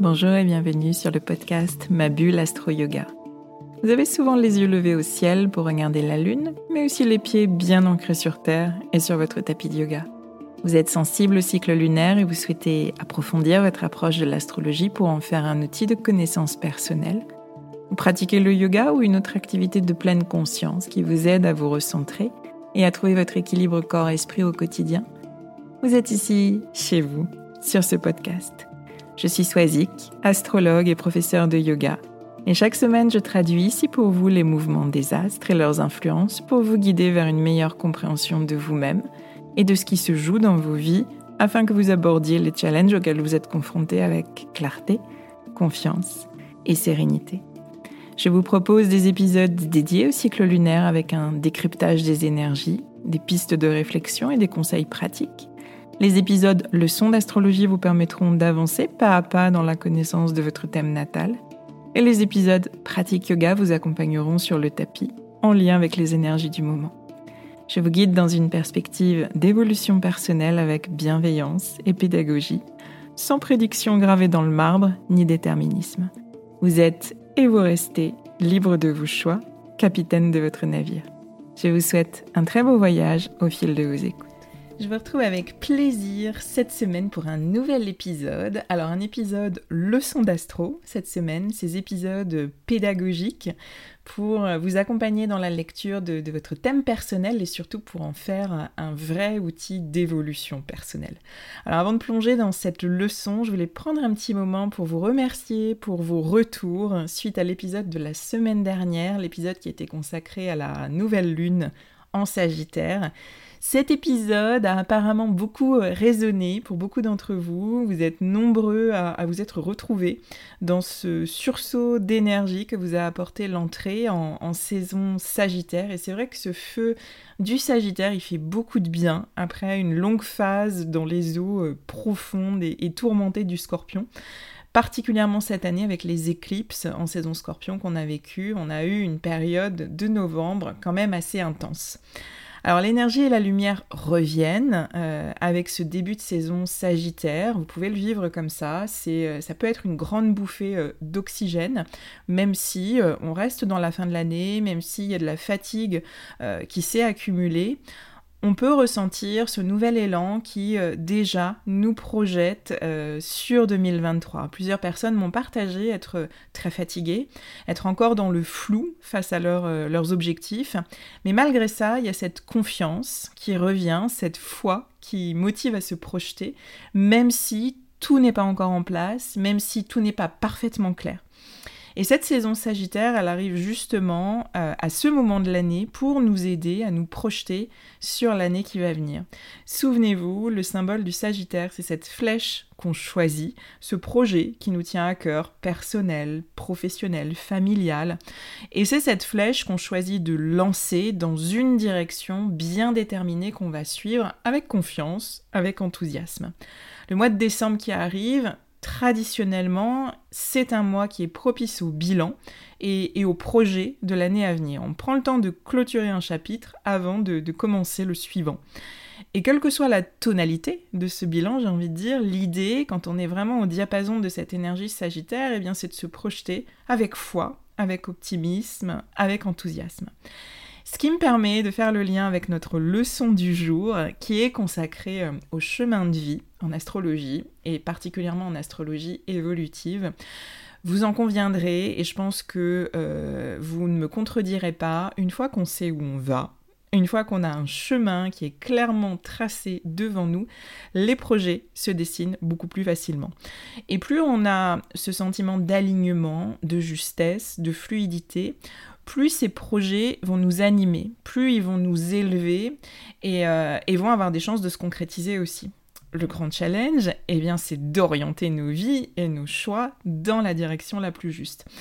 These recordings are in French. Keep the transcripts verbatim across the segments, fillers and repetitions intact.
Bonjour et bienvenue sur le podcast Ma Bulle Astro Yoga. Vous avez souvent les yeux levés au ciel pour regarder la lune, mais aussi les pieds bien ancrés sur terre et sur votre tapis de yoga. Vous êtes sensible au cycle lunaire et vous souhaitez approfondir votre approche de l'astrologie pour en faire un outil de connaissance personnelle. Vous pratiquez le yoga ou une autre activité de pleine conscience qui vous aide à vous recentrer et à trouver votre équilibre corps-esprit au quotidien. Vous êtes ici, chez vous, sur ce podcast. Je suis Swazik, astrologue et professeure de yoga. Et chaque semaine, je traduis ici pour vous les mouvements des astres et leurs influences pour vous guider vers une meilleure compréhension de vous-même et de ce qui se joue dans vos vies afin que vous abordiez les challenges auxquels vous êtes confrontés avec clarté, confiance et sérénité. Je vous propose des épisodes dédiés au cycle lunaire avec un décryptage des énergies, des pistes de réflexion et des conseils pratiques. Les épisodes leçons d'astrologie vous permettront d'avancer pas à pas dans la connaissance de votre thème natal. Et les épisodes pratique yoga vous accompagneront sur le tapis, en lien avec les énergies du moment. Je vous guide dans une perspective d'évolution personnelle avec bienveillance et pédagogie, sans prédiction gravée dans le marbre ni déterminisme. Vous êtes et vous restez libre de vos choix, capitaine de votre navire. Je vous souhaite un très beau voyage au fil de vos écoutes. Je vous retrouve avec plaisir cette semaine pour un nouvel épisode. Alors un épisode leçon d'astro cette semaine, ces épisodes pédagogiques pour vous accompagner dans la lecture de, de votre thème personnel et surtout pour en faire un vrai outil d'évolution personnelle. Alors avant de plonger dans cette leçon, je voulais prendre un petit moment pour vous remercier pour vos retours suite à l'épisode de la semaine dernière, l'épisode qui était consacré à la nouvelle lune en Sagittaire. Cet épisode a apparemment beaucoup résonné pour beaucoup d'entre vous. Vous êtes nombreux à, à vous être retrouvés dans ce sursaut d'énergie que vous a apporté l'entrée en, en saison Sagittaire. Et c'est vrai que ce feu du Sagittaire, il fait beaucoup de bien après une longue phase dans les eaux profondes et, et tourmentées du Scorpion. Particulièrement cette année avec les éclipses en saison Scorpion qu'on a vécues. On a eu une période de novembre quand même assez intense. Alors l'énergie et la lumière reviennent euh, avec ce début de saison Sagittaire. Vous pouvez le vivre comme ça. C'est, euh, ça peut être une grande bouffée euh, d'oxygène, même si euh, on reste dans la fin de l'année, même s'il y a de la fatigue euh, qui s'est accumulée. On peut ressentir ce nouvel élan qui euh, déjà nous projette euh, sur deux mille vingt-trois. Plusieurs personnes m'ont partagé être très fatiguées, être encore dans le flou face à leur, euh, leurs objectifs. Mais malgré ça, il y a cette confiance qui revient, cette foi qui motive à se projeter, même si tout n'est pas encore en place, même si tout n'est pas parfaitement clair. Et cette saison Sagittaire, elle arrive justement euh, à ce moment de l'année pour nous aider à nous projeter sur l'année qui va venir. Souvenez-vous, le symbole du Sagittaire, c'est cette flèche qu'on choisit, ce projet qui nous tient à cœur, personnel, professionnel, familial. Et c'est cette flèche qu'on choisit de lancer dans une direction bien déterminée qu'on va suivre avec confiance, avec enthousiasme. Le mois de décembre qui arrive, traditionnellement, c'est un mois qui est propice au bilan et, et au projet de l'année à venir. On prend le temps de clôturer un chapitre avant de, de commencer le suivant. Et quelle que soit la tonalité de ce bilan, j'ai envie de dire, l'idée, quand on est vraiment au diapason de cette énergie Sagittaire, eh bien, c'est de se projeter avec foi, avec optimisme, avec enthousiasme. Ce qui me permet de faire le lien avec notre leçon du jour qui est consacrée au chemin de vie en astrologie et particulièrement en astrologie évolutive. Vous en conviendrez et je pense que euh, vous ne me contredirez pas, une fois qu'on sait où on va, une fois qu'on a un chemin qui est clairement tracé devant nous, les projets se dessinent beaucoup plus facilement. Et plus on a ce sentiment d'alignement, de justesse, de fluidité, plus ces projets vont nous animer, plus ils vont nous élever et, euh, et vont avoir des chances de se concrétiser aussi. Le grand challenge, eh bien, c'est d'orienter nos vies et nos choix dans la direction la plus juste.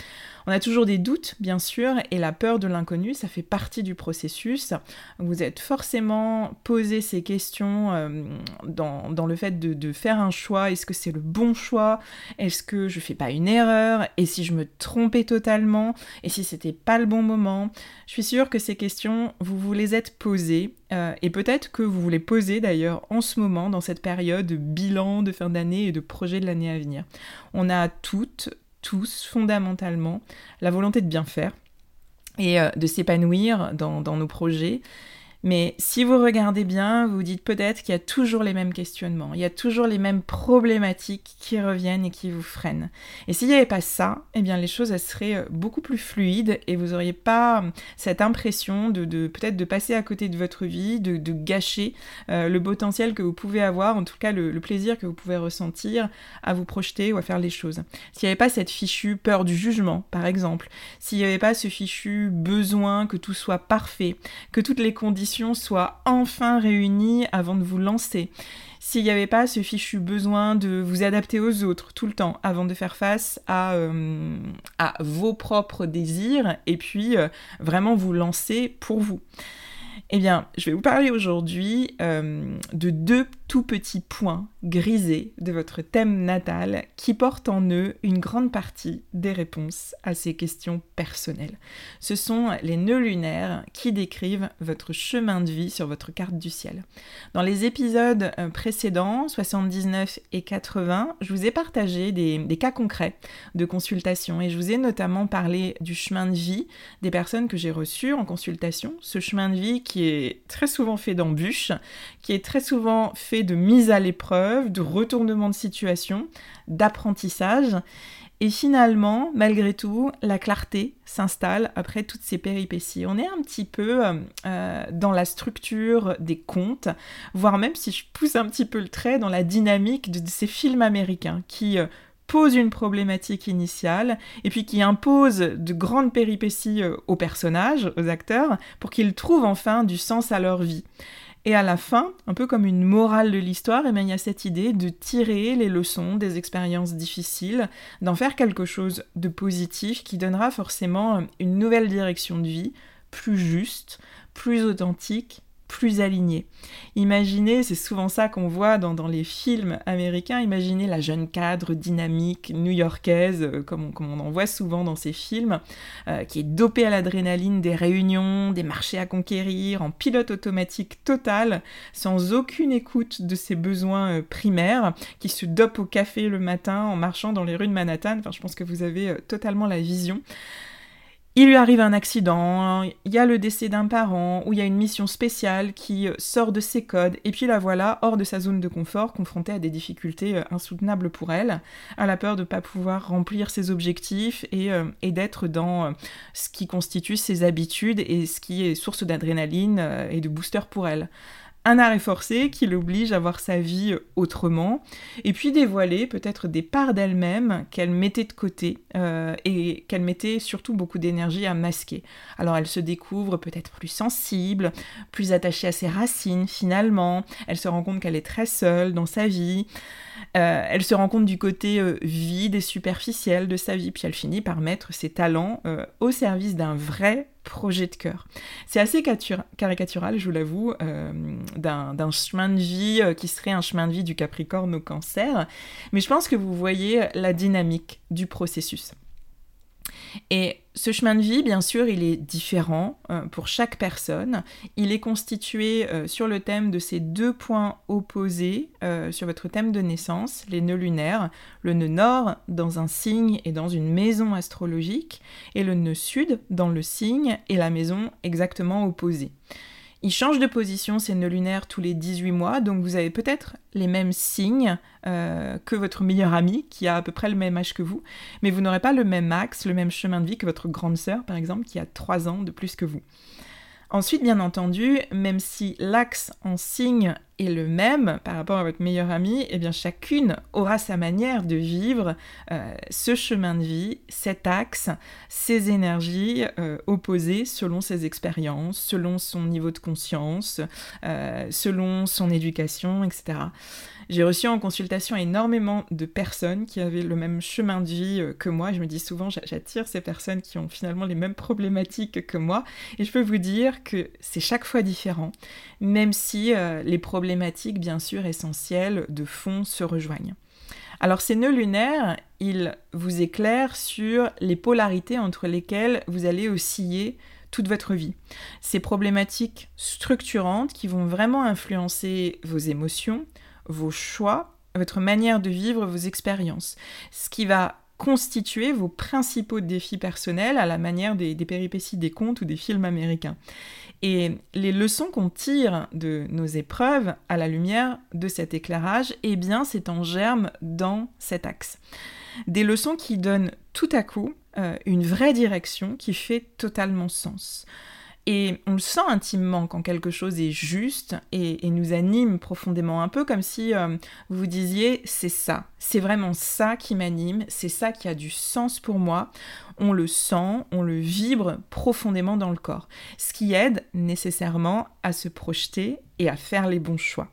On a toujours des doutes, bien sûr, et la peur de l'inconnu, ça fait partie du processus. Vous êtes forcément posé ces questions euh, dans, dans le fait de, de faire un choix. Est-ce que c'est le bon choix ? Est-ce que je fais pas une erreur ? Et si je me trompais totalement ? Et si c'était pas le bon moment ? Je suis sûre que ces questions, vous vous les êtes posées. Euh, et peut-être que vous vous les posez d'ailleurs en ce moment, dans cette période de bilan de fin d'année et de projet de l'année à venir. On a toutes, tous, fondamentalement, la volonté de bien faire et euh, de s'épanouir dans, dans nos projets. Mais si vous regardez bien, vous vous dites peut-être qu'il y a toujours les mêmes questionnements, il y a toujours les mêmes problématiques qui reviennent et qui vous freinent. Et s'il n'y avait pas ça, eh bien les choses elles seraient beaucoup plus fluides et vous n'auriez pas cette impression de, de peut-être de passer à côté de votre vie, de, de gâcher euh, le potentiel que vous pouvez avoir, en tout cas le, le plaisir que vous pouvez ressentir à vous projeter ou à faire les choses. S'il n'y avait pas cette fichue peur du jugement, par exemple, s'il n'y avait pas ce fichu besoin que tout soit parfait, que toutes les conditions soient enfin réunies avant de vous lancer. S'il n'y avait pas ce fichu besoin de vous adapter aux autres tout le temps avant de faire face à, euh, à vos propres désirs et puis euh, vraiment vous lancer pour vous. Eh bien, je vais vous parler aujourd'hui euh, de deux tout petits points grisés de votre thème natal qui portent en eux une grande partie des réponses à ces questions personnelles. Ce sont les nœuds lunaires qui décrivent votre chemin de vie sur votre carte du ciel. Dans les épisodes précédents, soixante-dix-neuf et quatre-vingts, je vous ai partagé des, des cas concrets de consultation et je vous ai notamment parlé du chemin de vie des personnes que j'ai reçues en consultation, ce chemin de vie qui est très souvent fait d'embûches, qui est très souvent fait de mise à l'épreuve, de retournement de situation, d'apprentissage. Et finalement, malgré tout, la clarté s'installe après toutes ces péripéties. On est un petit peu euh, dans la structure des contes, voire même, si je pousse un petit peu le trait, dans la dynamique de, de ces films américains qui euh, posent une problématique initiale et puis qui imposent de grandes péripéties euh, aux personnages, aux acteurs, pour qu'ils trouvent enfin du sens à leur vie. Et à la fin, un peu comme une morale de l'histoire, eh bien, il y a cette idée de tirer les leçons des expériences difficiles, d'en faire quelque chose de positif qui donnera forcément une nouvelle direction de vie, plus juste, plus authentique, plus alignée. Imaginez, c'est souvent ça qu'on voit dans, dans les films américains, imaginez la jeune cadre dynamique new-yorkaise, euh, comme, on, comme on en voit souvent dans ces films, euh, qui est dopée à l'adrénaline des réunions, des marchés à conquérir, en pilote automatique total, sans aucune écoute de ses besoins euh, primaires, qui se dope au café le matin en marchant dans les rues de Manhattan. Enfin, je pense que vous avez euh, totalement la vision. Il lui arrive un accident, il y a le décès d'un parent, ou il y a une mission spéciale qui sort de ses codes, et puis la voilà hors de sa zone de confort, confrontée à des difficultés insoutenables pour elle, à la peur de ne pas pouvoir remplir ses objectifs et, euh, et d'être dans euh, ce qui constitue ses habitudes et ce qui est source d'adrénaline euh, et de booster pour elle. Un arrêt forcé qui l'oblige à voir sa vie autrement, et puis dévoiler peut-être des parts d'elle-même qu'elle mettait de côté, euh, et qu'elle mettait surtout beaucoup d'énergie à masquer. Alors elle se découvre peut-être plus sensible, plus attachée à ses racines finalement, elle se rend compte qu'elle est très seule dans sa vie, euh, elle se rend compte du côté euh, vide et superficiel de sa vie, puis elle finit par mettre ses talents euh, au service d'un vrai projet de cœur. C'est assez caricatural, je vous l'avoue, euh, d'un, d'un chemin de vie euh, qui serait un chemin de vie du Capricorne au Cancer, mais je pense que vous voyez la dynamique du processus. Et ce chemin de vie, bien sûr, il est différent euh, pour chaque personne. Il est constitué euh, sur le thème de ces deux points opposés euh, sur votre thème de naissance, les nœuds lunaires, le nœud nord dans un signe et dans une maison astrologique, et le nœud sud dans le signe et la maison exactement opposée. Ils changent de position, ces nœuds lunaires, tous les dix-huit mois, donc vous avez peut-être les mêmes signes euh, que votre meilleur ami, qui a à peu près le même âge que vous, mais vous n'aurez pas le même axe, le même chemin de vie que votre grande sœur, par exemple, qui a trois ans de plus que vous. Ensuite, bien entendu, même si l'axe en signe est le même par rapport à votre meilleure amie, eh bien chacune aura sa manière de vivre euh, ce chemin de vie, cet axe, ces énergies euh, opposées selon ses expériences, selon son niveau de conscience, euh, selon son éducation, et cetera. J'ai reçu en consultation énormément de personnes qui avaient le même chemin de vie que moi. Je me dis souvent, j'attire ces personnes qui ont finalement les mêmes problématiques que moi. Et je peux vous dire que c'est chaque fois différent, même si euh, les problématiques, bien sûr, essentielles de fond se rejoignent. Alors ces nœuds lunaires, ils vous éclairent sur les polarités entre lesquelles vous allez osciller toute votre vie. Ces problématiques structurantes qui vont vraiment influencer vos émotions, vos choix, votre manière de vivre vos expériences, ce qui va constituer vos principaux défis personnels à la manière des, des péripéties des contes ou des films américains. Et les leçons qu'on tire de nos épreuves à la lumière de cet éclairage, eh bien c'est en germe dans cet axe. Des leçons qui donnent tout à coup euh, une vraie direction qui fait totalement sens. Et on le sent intimement quand quelque chose est juste et, et nous anime profondément, un peu comme si euh, vous vous disiez « c'est ça, c'est vraiment ça qui m'anime, c'est ça qui a du sens pour moi ». On le sent, on le vibre profondément dans le corps, ce qui aide nécessairement à se projeter et à faire les bons choix.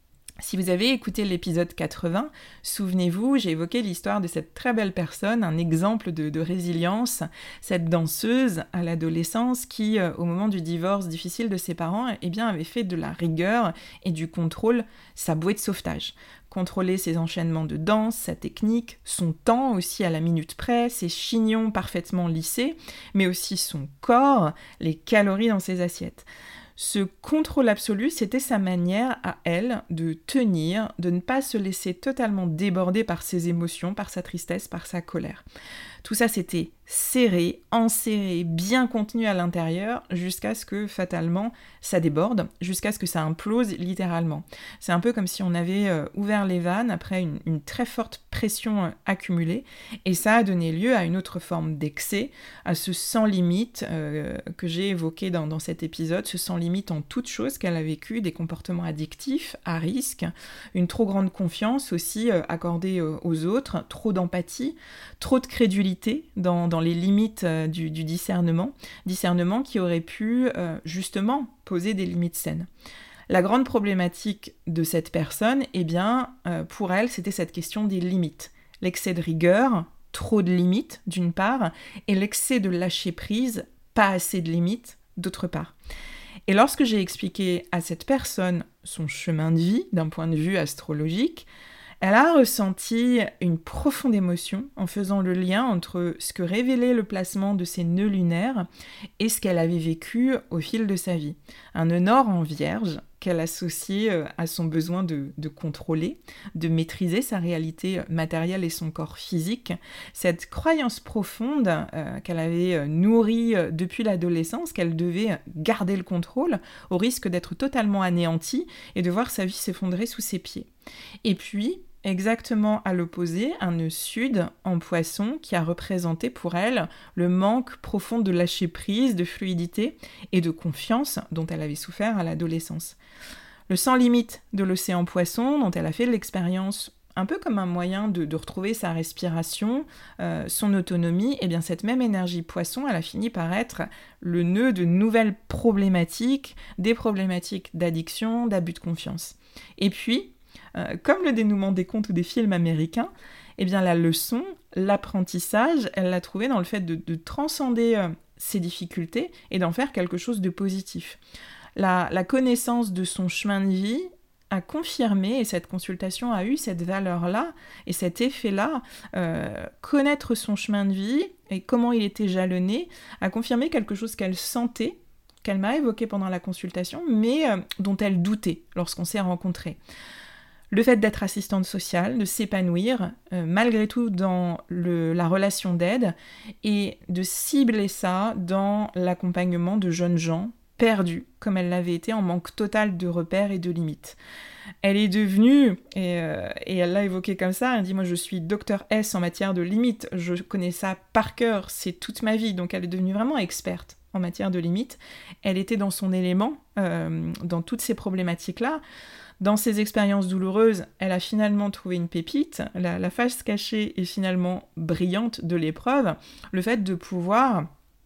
Si vous avez écouté l'épisode quatre-vingts, souvenez-vous, j'ai évoqué l'histoire de cette très belle personne, un exemple de, de résilience, cette danseuse à l'adolescence qui, euh, au moment du divorce difficile de ses parents, eh bien, avait fait de la rigueur et du contrôle sa bouée de sauvetage. Contrôler ses enchaînements de danse, sa technique, son temps aussi à la minute près, ses chignons parfaitement lissés, mais aussi son corps, les calories dans ses assiettes. Ce contrôle absolu, c'était sa manière à elle de tenir, de ne pas se laisser totalement déborder par ses émotions, par sa tristesse, par sa colère. Tout ça, c'était serré, enserré, bien contenu à l'intérieur, jusqu'à ce que, fatalement, ça déborde, jusqu'à ce que ça implose littéralement. C'est un peu comme si on avait euh, ouvert les vannes après une, une très forte pression euh, accumulée, et ça a donné lieu à une autre forme d'excès, à ce sans limite euh, que j'ai évoqué dans, dans cet épisode, ce sans limite en toute chose qu'elle a vécu, des comportements addictifs, à risque, une trop grande confiance aussi euh, accordée euh, aux autres, trop d'empathie, trop de crédulité dans, dans les limites euh, du, du discernement, discernement qui aurait pu euh, justement poser des limites saines. La grande problématique de cette personne, eh bien, euh, pour elle, c'était cette question des limites. L'excès de rigueur, trop de limites d'une part, et l'excès de lâcher prise, pas assez de limites d'autre part. Et lorsque j'ai expliqué à cette personne son chemin de vie d'un point de vue astrologique, elle a ressenti une profonde émotion en faisant le lien entre ce que révélait le placement de ses nœuds lunaires et ce qu'elle avait vécu au fil de sa vie. Un nœud nord en vierge qu'elle associait à son besoin de, de contrôler, de maîtriser sa réalité matérielle et son corps physique. Cette croyance profonde euh, qu'elle avait nourrie depuis l'adolescence, qu'elle devait garder le contrôle au risque d'être totalement anéantie et de voir sa vie s'effondrer sous ses pieds. Et puis, exactement à l'opposé, un nœud sud en poisson qui a représenté pour elle le manque profond de lâcher-prise, de fluidité et de confiance dont elle avait souffert à l'adolescence. Le sans limite de l'océan poisson dont elle a fait l'expérience un peu comme un moyen de, de retrouver sa respiration, euh, son autonomie, et bien cette même énergie poisson, elle a fini par être le nœud de nouvelles problématiques, des problématiques d'addiction, d'abus de confiance. Et puis, Euh, comme le dénouement des contes ou des films américains, eh bien la leçon, l'apprentissage, elle l'a trouvé dans le fait de, de transcender euh, ces difficultés et d'en faire quelque chose de positif. La, la connaissance de son chemin de vie a confirmé, et cette consultation a eu cette valeur-là et cet effet-là, euh, connaître son chemin de vie et comment il était jalonné, a confirmé quelque chose qu'elle sentait, qu'elle m'a évoqué pendant la consultation, mais euh, dont elle doutait lorsqu'on s'est rencontrés. Le fait d'être assistante sociale, de s'épanouir, euh, malgré tout dans le, la relation d'aide, et de cibler ça dans l'accompagnement de jeunes gens perdus, comme elle l'avait été en manque total de repères et de limites. Elle est devenue, et, euh, et elle l'a évoqué comme ça, elle dit « Moi je suis docteur S en matière de limites, je connais ça par cœur, c'est toute ma vie », donc elle est devenue vraiment experte en matière de limites. Elle était dans son élément, euh, dans toutes ces problématiques-là, Dans ces expériences douloureuses, elle a finalement trouvé une pépite, la, la face cachée et finalement brillante de l'épreuve, le fait de pouvoir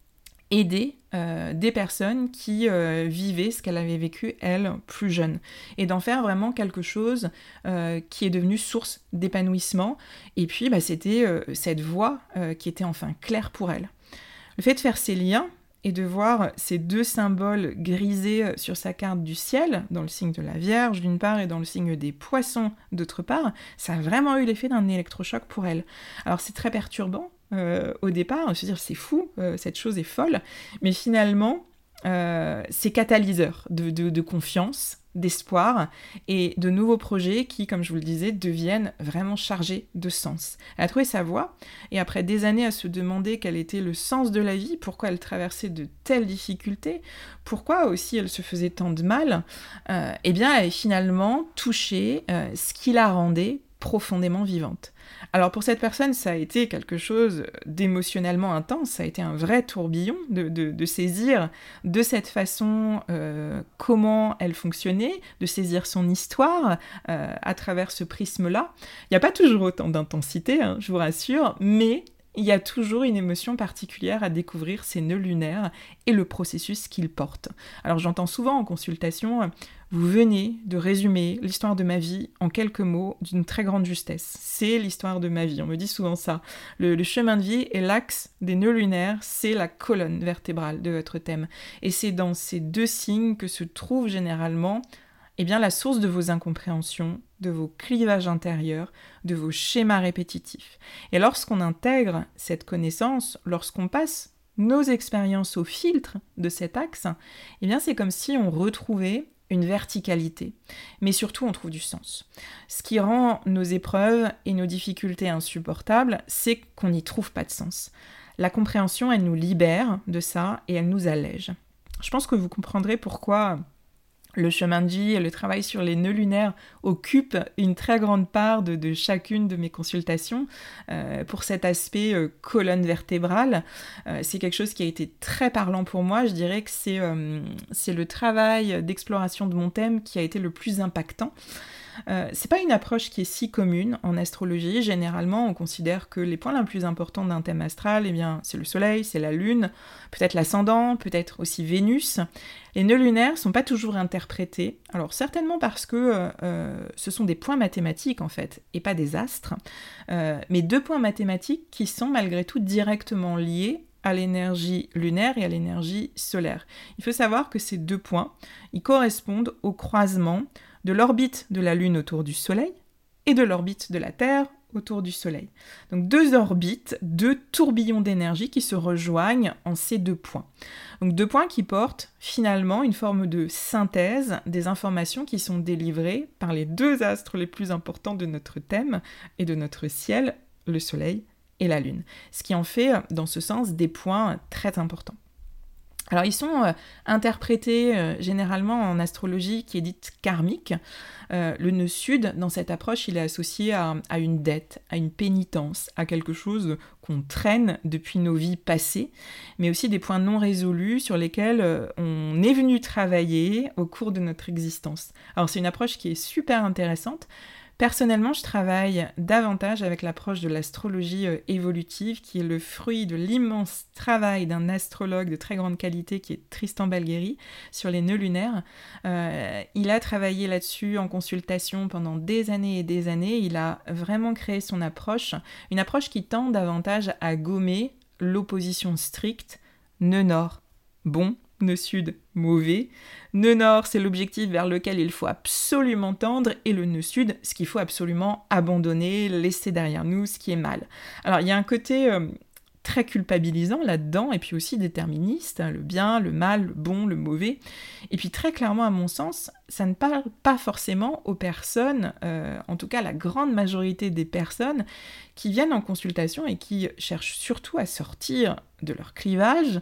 aider euh, des personnes qui euh, vivaient ce qu'elle avait vécu, elle, plus jeune, et d'en faire vraiment quelque chose euh, qui est devenu source d'épanouissement, et puis bah, c'était euh, cette voie euh, qui était enfin claire pour elle. Le fait de faire ces liens, et de voir ces deux symboles grisés sur sa carte du ciel, dans le signe de la Vierge d'une part et dans le signe des Poissons d'autre part, ça a vraiment eu l'effet d'un électrochoc pour elle. Alors c'est très perturbant euh, au départ, se dire c'est fou, euh, cette chose est folle, mais finalement euh, c'est catalyseur de, de, de confiance, d'espoir et de nouveaux projets qui, comme je vous le disais, deviennent vraiment chargés de sens. Elle a trouvé sa voie, et après des années à se demander quel était le sens de la vie, pourquoi elle traversait de telles difficultés, pourquoi aussi elle se faisait tant de mal, euh, eh bien elle est finalement touché euh, ce qui la rendait profondément vivante. Alors pour cette personne, ça a été quelque chose d'émotionnellement intense, ça a été un vrai tourbillon de, de, de saisir de cette façon euh, comment elle fonctionnait, de saisir son histoire euh, à travers ce prisme-là. Il n'y a pas toujours autant d'intensité, hein, je vous rassure, mais il y a toujours une émotion particulière à découvrir ces nœuds lunaires et le processus qu'ils portent. Alors j'entends souvent en consultation, vous venez de résumer l'histoire de ma vie en quelques mots d'une très grande justesse. C'est l'histoire de ma vie, on me dit souvent ça. Le, le chemin de vie et l'axe des nœuds lunaires, c'est la colonne vertébrale de votre thème. Et c'est dans ces deux signes que se trouve généralement eh bien, la source de vos incompréhensions, de vos clivages intérieurs, de vos schémas répétitifs. Et lorsqu'on intègre cette connaissance, lorsqu'on passe nos expériences au filtre de cet axe, eh bien, c'est comme si on retrouvait une verticalité, mais surtout on trouve du sens. Ce qui rend nos épreuves et nos difficultés insupportables, c'est qu'on n'y trouve pas de sens. La compréhension, elle nous libère de ça et elle nous allège. Je pense que vous comprendrez pourquoi le chemin de vie et le travail sur les nœuds lunaires occupent une très grande part de, de chacune de mes consultations. Euh, pour cet aspect euh, colonne vertébrale, euh, c'est quelque chose qui a été très parlant pour moi. Je dirais que c'est, euh, c'est le travail d'exploration de mon thème qui a été le plus impactant. Euh, c'est pas une approche qui est si commune en astrologie. Généralement, on considère que les points les plus importants d'un thème astral, eh bien, c'est le soleil, c'est la lune, peut-être l'ascendant, peut-être aussi Vénus. Les nœuds lunaires sont pas toujours interprétés, alors certainement parce que euh, ce sont des points mathématiques en fait, et pas des astres, euh, mais deux points mathématiques qui sont malgré tout directement liés à l'énergie lunaire et à l'énergie solaire. Il faut savoir que ces deux points, ils correspondent au croisement de l'orbite de la Lune autour du Soleil et de l'orbite de la Terre autour du Soleil. Donc deux orbites, deux tourbillons d'énergie qui se rejoignent en ces deux points. Donc deux points qui portent finalement une forme de synthèse des informations qui sont délivrées par les deux astres les plus importants de notre thème et de notre ciel, le Soleil et la Lune. Ce qui en fait, dans ce sens, des points très importants. Alors ils sont euh, interprétés euh, généralement en astrologie qui est dite karmique. Euh, le nœud sud, dans cette approche, il est associé à, à une dette, à une pénitence, à quelque chose qu'on traîne depuis nos vies passées, mais aussi des points non résolus sur lesquels euh, on est venu travailler au cours de notre existence. Alors c'est une approche qui est super intéressante. Personnellement, je travaille davantage avec l'approche de l'astrologie euh, évolutive, qui est le fruit de l'immense travail d'un astrologue de très grande qualité, qui est Tristan Balgheri, sur les nœuds lunaires. Euh, il a travaillé là-dessus en consultation pendant des années et des années. Il a vraiment créé son approche, une approche qui tend davantage à gommer l'opposition stricte nœud nord, bon, nœud sud, mauvais. Nœud nord, c'est l'objectif vers lequel il faut absolument tendre, et le nœud sud, ce qu'il faut absolument abandonner, laisser derrière nous, ce qui est mal. Alors, il y a un côté euh, très culpabilisant là-dedans, et puis aussi déterministe, hein, le bien, le mal, le bon, le mauvais. Et puis très clairement, à mon sens, ça ne parle pas forcément aux personnes, euh, en tout cas la grande majorité des personnes, qui viennent en consultation et qui cherchent surtout à sortir de leur clivage,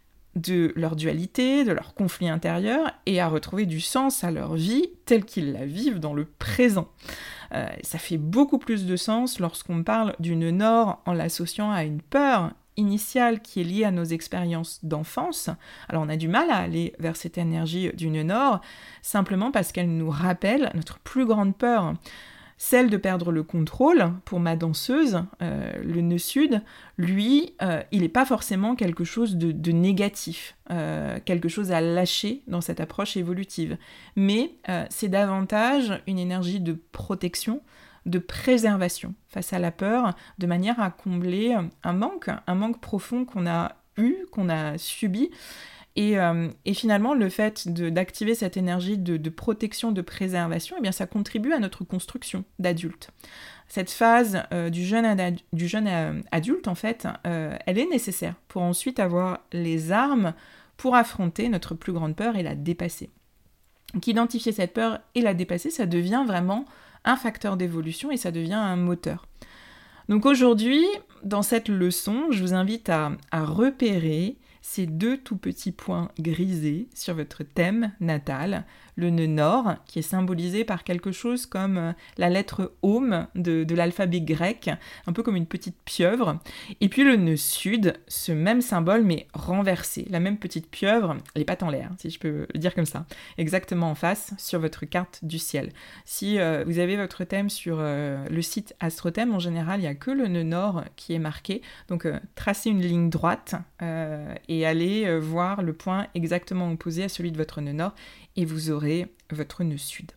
de leur dualité, de leur conflit intérieur, et à retrouver du sens à leur vie telle qu'ils la vivent dans le présent. Euh, ça fait beaucoup plus de sens lorsqu'on parle du nœud nord en l'associant à une peur initiale qui est liée à nos expériences d'enfance. Alors on a du mal à aller vers cette énergie du nœud nord, simplement parce qu'elle nous rappelle notre plus grande peur, celle de perdre le contrôle. Pour ma danseuse, euh, le nœud sud, lui, euh, il n'est pas forcément quelque chose de, de négatif, euh, quelque chose à lâcher dans cette approche évolutive. Mais euh, c'est davantage une énergie de protection, de préservation face à la peur, de manière à combler un manque, un manque profond qu'on a eu, qu'on a subi. Et, euh, et finalement, le fait de, d'activer cette énergie de, de protection, de préservation, eh bien, ça contribue à notre construction d'adulte. Cette phase euh, du jeune, ad, du jeune euh, adulte, en fait, euh, elle est nécessaire pour ensuite avoir les armes pour affronter notre plus grande peur et la dépasser. Donc, identifier cette peur et la dépasser, ça devient vraiment un facteur d'évolution et ça devient un moteur. Donc aujourd'hui, dans cette leçon, je vous invite à, à repérer ces deux tout petits points grisés sur votre thème natal, le nœud nord, qui est symbolisé par quelque chose comme la lettre Ôme de, de l'alphabet grec, un peu comme une petite pieuvre, et puis le nœud sud, ce même symbole mais renversé, la même petite pieuvre, les pattes en l'air, si je peux le dire comme ça, exactement en face sur votre carte du ciel. Si euh, vous avez votre thème sur euh, le site Astrothème, en général, il n'y a que le nœud nord qui est marqué, donc euh, tracez une ligne droite euh, et allez euh, voir le point exactement opposé à celui de votre nœud nord, et vous aurez votre nœud sud.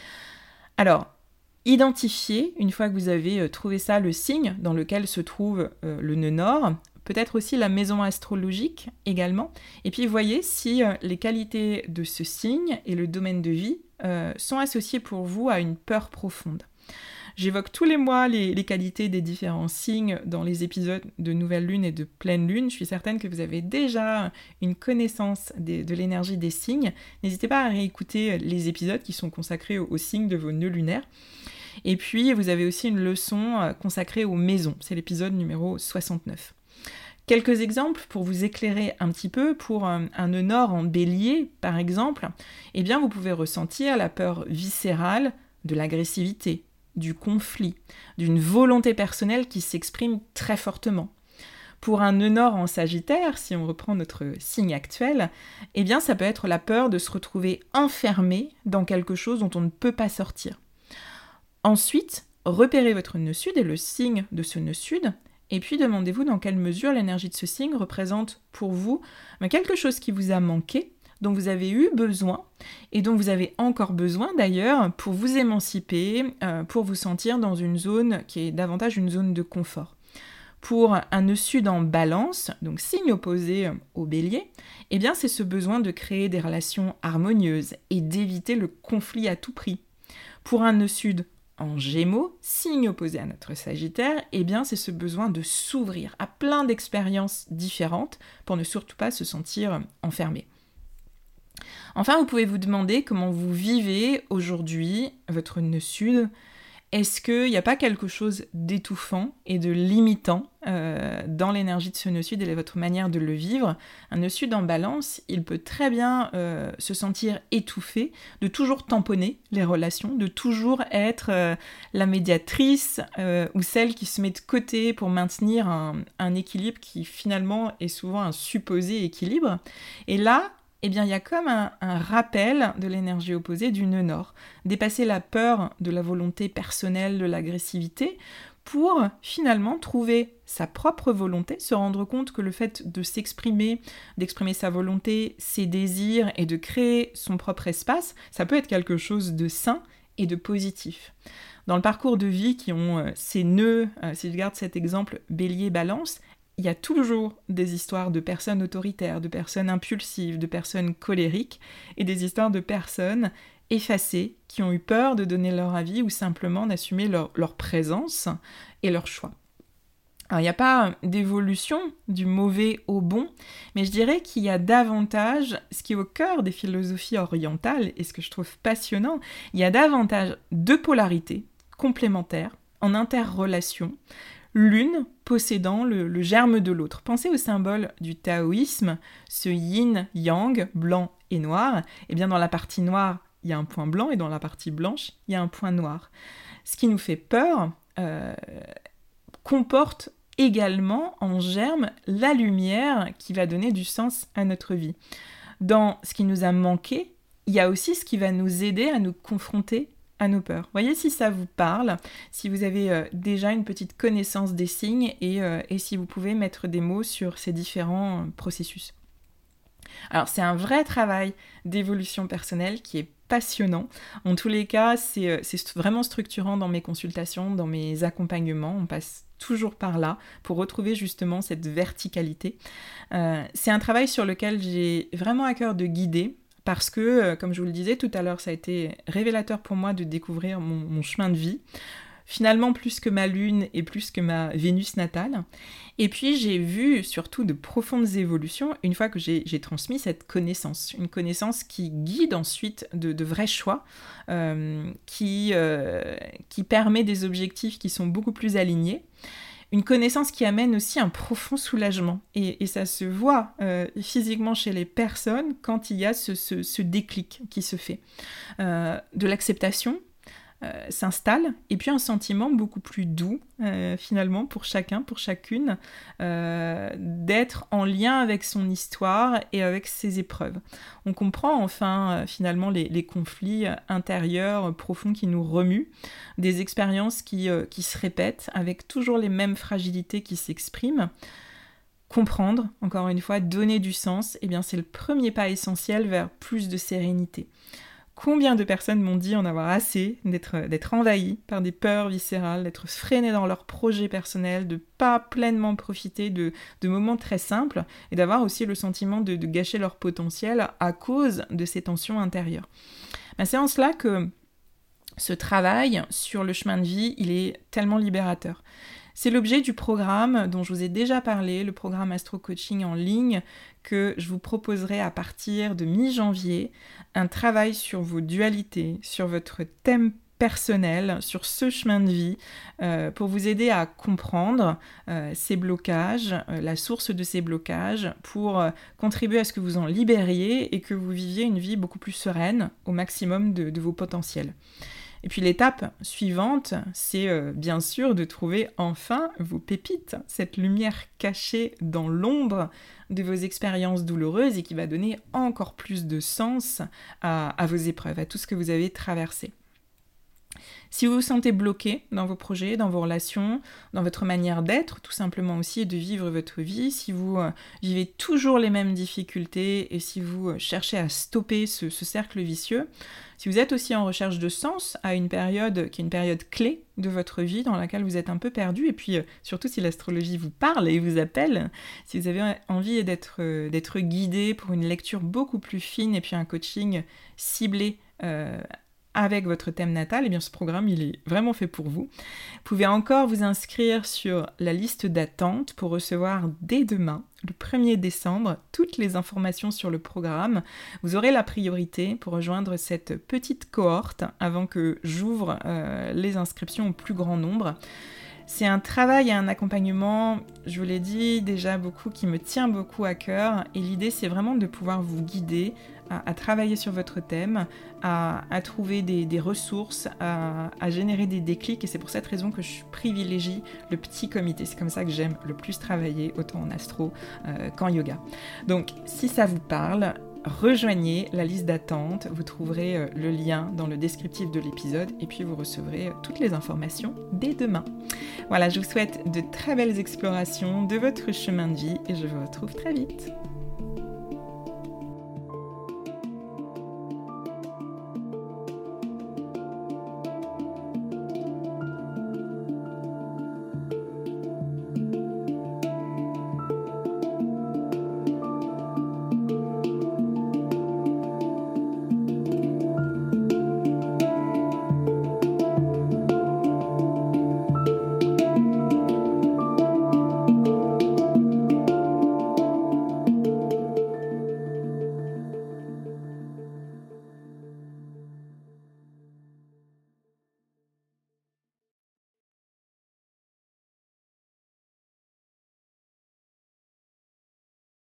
Alors, identifiez, une fois que vous avez trouvé ça, le signe dans lequel se trouve euh, le nœud nord, peut-être aussi la maison astrologique également, et puis voyez si euh, les qualités de ce signe et le domaine de vie euh, sont associés pour vous à une peur profonde. J'évoque tous les mois les, les qualités des différents signes dans les épisodes de Nouvelle Lune et de Pleine Lune. Je suis certaine que vous avez déjà une connaissance des, de l'énergie des signes. N'hésitez pas à réécouter les épisodes qui sont consacrés aux, aux signes de vos nœuds lunaires. Et puis, vous avez aussi une leçon consacrée aux maisons. C'est l'épisode numéro soixante-neuf. Quelques exemples pour vous éclairer un petit peu. Pour un, un nœud nord en bélier, par exemple, eh bien, vous pouvez ressentir la peur viscérale de l'agressivité, du conflit, d'une volonté personnelle qui s'exprime très fortement. Pour un nœud nord en Sagittaire, si on reprend notre signe actuel, eh bien ça peut être la peur de se retrouver enfermé dans quelque chose dont on ne peut pas sortir. Ensuite, repérez votre nœud sud et le signe de ce nœud sud, et puis demandez-vous dans quelle mesure l'énergie de ce signe représente pour vous quelque chose qui vous a manqué, dont vous avez eu besoin, et dont vous avez encore besoin d'ailleurs pour vous émanciper, euh, pour vous sentir dans une zone qui est davantage une zone de confort. Pour un nœud sud en balance, donc signe opposé au bélier, eh bien c'est ce besoin de créer des relations harmonieuses et d'éviter le conflit à tout prix. Pour un nœud sud en gémeaux, signe opposé à notre sagittaire, eh bien c'est ce besoin de s'ouvrir à plein d'expériences différentes pour ne surtout pas se sentir enfermé. Enfin, vous pouvez vous demander comment vous vivez aujourd'hui votre nœud sud. Est-ce qu'il n'y a pas quelque chose d'étouffant et de limitant euh, dans l'énergie de ce nœud sud et votre manière de le vivre ? Un nœud sud en balance, il peut très bien euh, se sentir étouffé, de toujours tamponner les relations, de toujours être euh, la médiatrice euh, ou celle qui se met de côté pour maintenir un, un équilibre qui finalement est souvent un supposé équilibre. Et là, eh bien, il y a comme un, un rappel de l'énergie opposée du nœud nord. Dépasser la peur de la volonté personnelle, de l'agressivité, pour finalement trouver sa propre volonté, se rendre compte que le fait de s'exprimer, d'exprimer sa volonté, ses désirs et de créer son propre espace, ça peut être quelque chose de sain et de positif. Dans le parcours de vie qui ont euh, ces nœuds, euh, si je garde cet exemple bélier-balance, il y a toujours des histoires de personnes autoritaires, de personnes impulsives, de personnes colériques, et des histoires de personnes effacées qui ont eu peur de donner leur avis ou simplement d'assumer leur, leur présence et leur choix. Alors, il n'y a pas d'évolution du mauvais au bon, mais je dirais qu'il y a davantage, ce qui est au cœur des philosophies orientales, et ce que je trouve passionnant, il y a davantage de polarités complémentaires, en interrelation, l'une possédant le, le germe de l'autre. Pensez au symbole du taoïsme, ce yin-yang, blanc et noir. Et bien dans la partie noire, il y a un point blanc, et dans la partie blanche, il y a un point noir. Ce qui nous fait peur euh, comporte également en germe la lumière qui va donner du sens à notre vie. Dans ce qui nous a manqué, il y a aussi ce qui va nous aider à nous confronter à nos peurs. Voyez si ça vous parle, si vous avez euh, déjà une petite connaissance des signes et, euh, et si vous pouvez mettre des mots sur ces différents euh, processus. Alors c'est un vrai travail d'évolution personnelle qui est passionnant. En tous les cas, c'est, euh, c'est vraiment structurant dans mes consultations, dans mes accompagnements. On passe toujours par là pour retrouver justement cette verticalité. Euh, c'est un travail sur lequel j'ai vraiment à cœur de guider parce que, euh, comme je vous le disais tout à l'heure, ça a été révélateur pour moi de découvrir mon, mon chemin de vie. Finalement, plus que ma lune et plus que ma Vénus natale. Et puis, j'ai vu surtout de profondes évolutions une fois que j'ai, j'ai transmis cette connaissance. Une connaissance qui guide ensuite de, de vrais choix, euh, qui, euh, qui permet des objectifs qui sont beaucoup plus alignés. Une connaissance qui amène aussi un profond soulagement. Et, et ça se voit euh, physiquement chez les personnes quand il y a ce, ce, ce déclic qui se fait. Euh, de l'acceptation, Euh, s'installe, et puis un sentiment beaucoup plus doux, euh, finalement, pour chacun, pour chacune, euh, d'être en lien avec son histoire et avec ses épreuves. On comprend enfin, euh, finalement, les, les conflits intérieurs euh, profonds qui nous remuent, des expériences qui, euh, qui se répètent, avec toujours les mêmes fragilités qui s'expriment. Comprendre, encore une fois, donner du sens, eh bien, c'est le premier pas essentiel vers plus de sérénité. Combien de personnes m'ont dit en avoir assez d'être, d'être envahies par des peurs viscérales, d'être freinées dans leurs projets personnels, de ne pas pleinement profiter de, de moments très simples et d'avoir aussi le sentiment de, de gâcher leur potentiel à cause de ces tensions intérieures. Ben, c'est en cela que ce travail sur le chemin de vie, il est tellement libérateur. C'est l'objet du programme dont je vous ai déjà parlé, le programme Astro Coaching en ligne, que je vous proposerai à partir de mi-janvier, un travail sur vos dualités, sur votre thème personnel, sur ce chemin de vie, euh, pour vous aider à comprendre euh, ces blocages, euh, la source de ces blocages, pour euh, contribuer à ce que vous en libériez et que vous viviez une vie beaucoup plus sereine au maximum de, de vos potentiels. Et puis l'étape suivante, c'est euh, bien sûr de trouver enfin vos pépites, cette lumière cachée dans l'ombre de vos expériences douloureuses et qui va donner encore plus de sens à, à vos épreuves, à tout ce que vous avez traversé. Si vous vous sentez bloqué dans vos projets, dans vos relations, dans votre manière d'être, tout simplement aussi, et de vivre votre vie, si vous euh, vivez toujours les mêmes difficultés et si vous euh, cherchez à stopper ce, ce cercle vicieux, si vous êtes aussi en recherche de sens à une période qui est une période clé de votre vie dans laquelle vous êtes un peu perdu, et puis euh, surtout si l'astrologie vous parle et vous appelle, si vous avez envie d'être, euh, d'être guidé pour une lecture beaucoup plus fine et puis un coaching ciblé euh, avec votre thème natal, eh bien ce programme il est vraiment fait pour vous. Vous pouvez encore vous inscrire sur la liste d'attente pour recevoir dès demain, le premier décembre, toutes les informations sur le programme. Vous aurez la priorité pour rejoindre cette petite cohorte avant que j'ouvre euh, les inscriptions au plus grand nombre. C'est un travail et un accompagnement, je vous l'ai dit déjà beaucoup, qui me tient beaucoup à cœur. Et l'idée, c'est vraiment de pouvoir vous guider à, à travailler sur votre thème, à, à trouver des, des ressources, à, à générer des déclics. Et c'est pour cette raison que je privilégie le petit comité. C'est comme ça que j'aime le plus travailler, autant en astro euh, qu'en yoga. Donc, si ça vous parle, rejoignez la liste d'attente, vous trouverez le lien dans le descriptif de l'épisode et puis vous recevrez toutes les informations dès demain. Voilà, je vous souhaite de très belles explorations de votre chemin de vie et je vous retrouve très vite.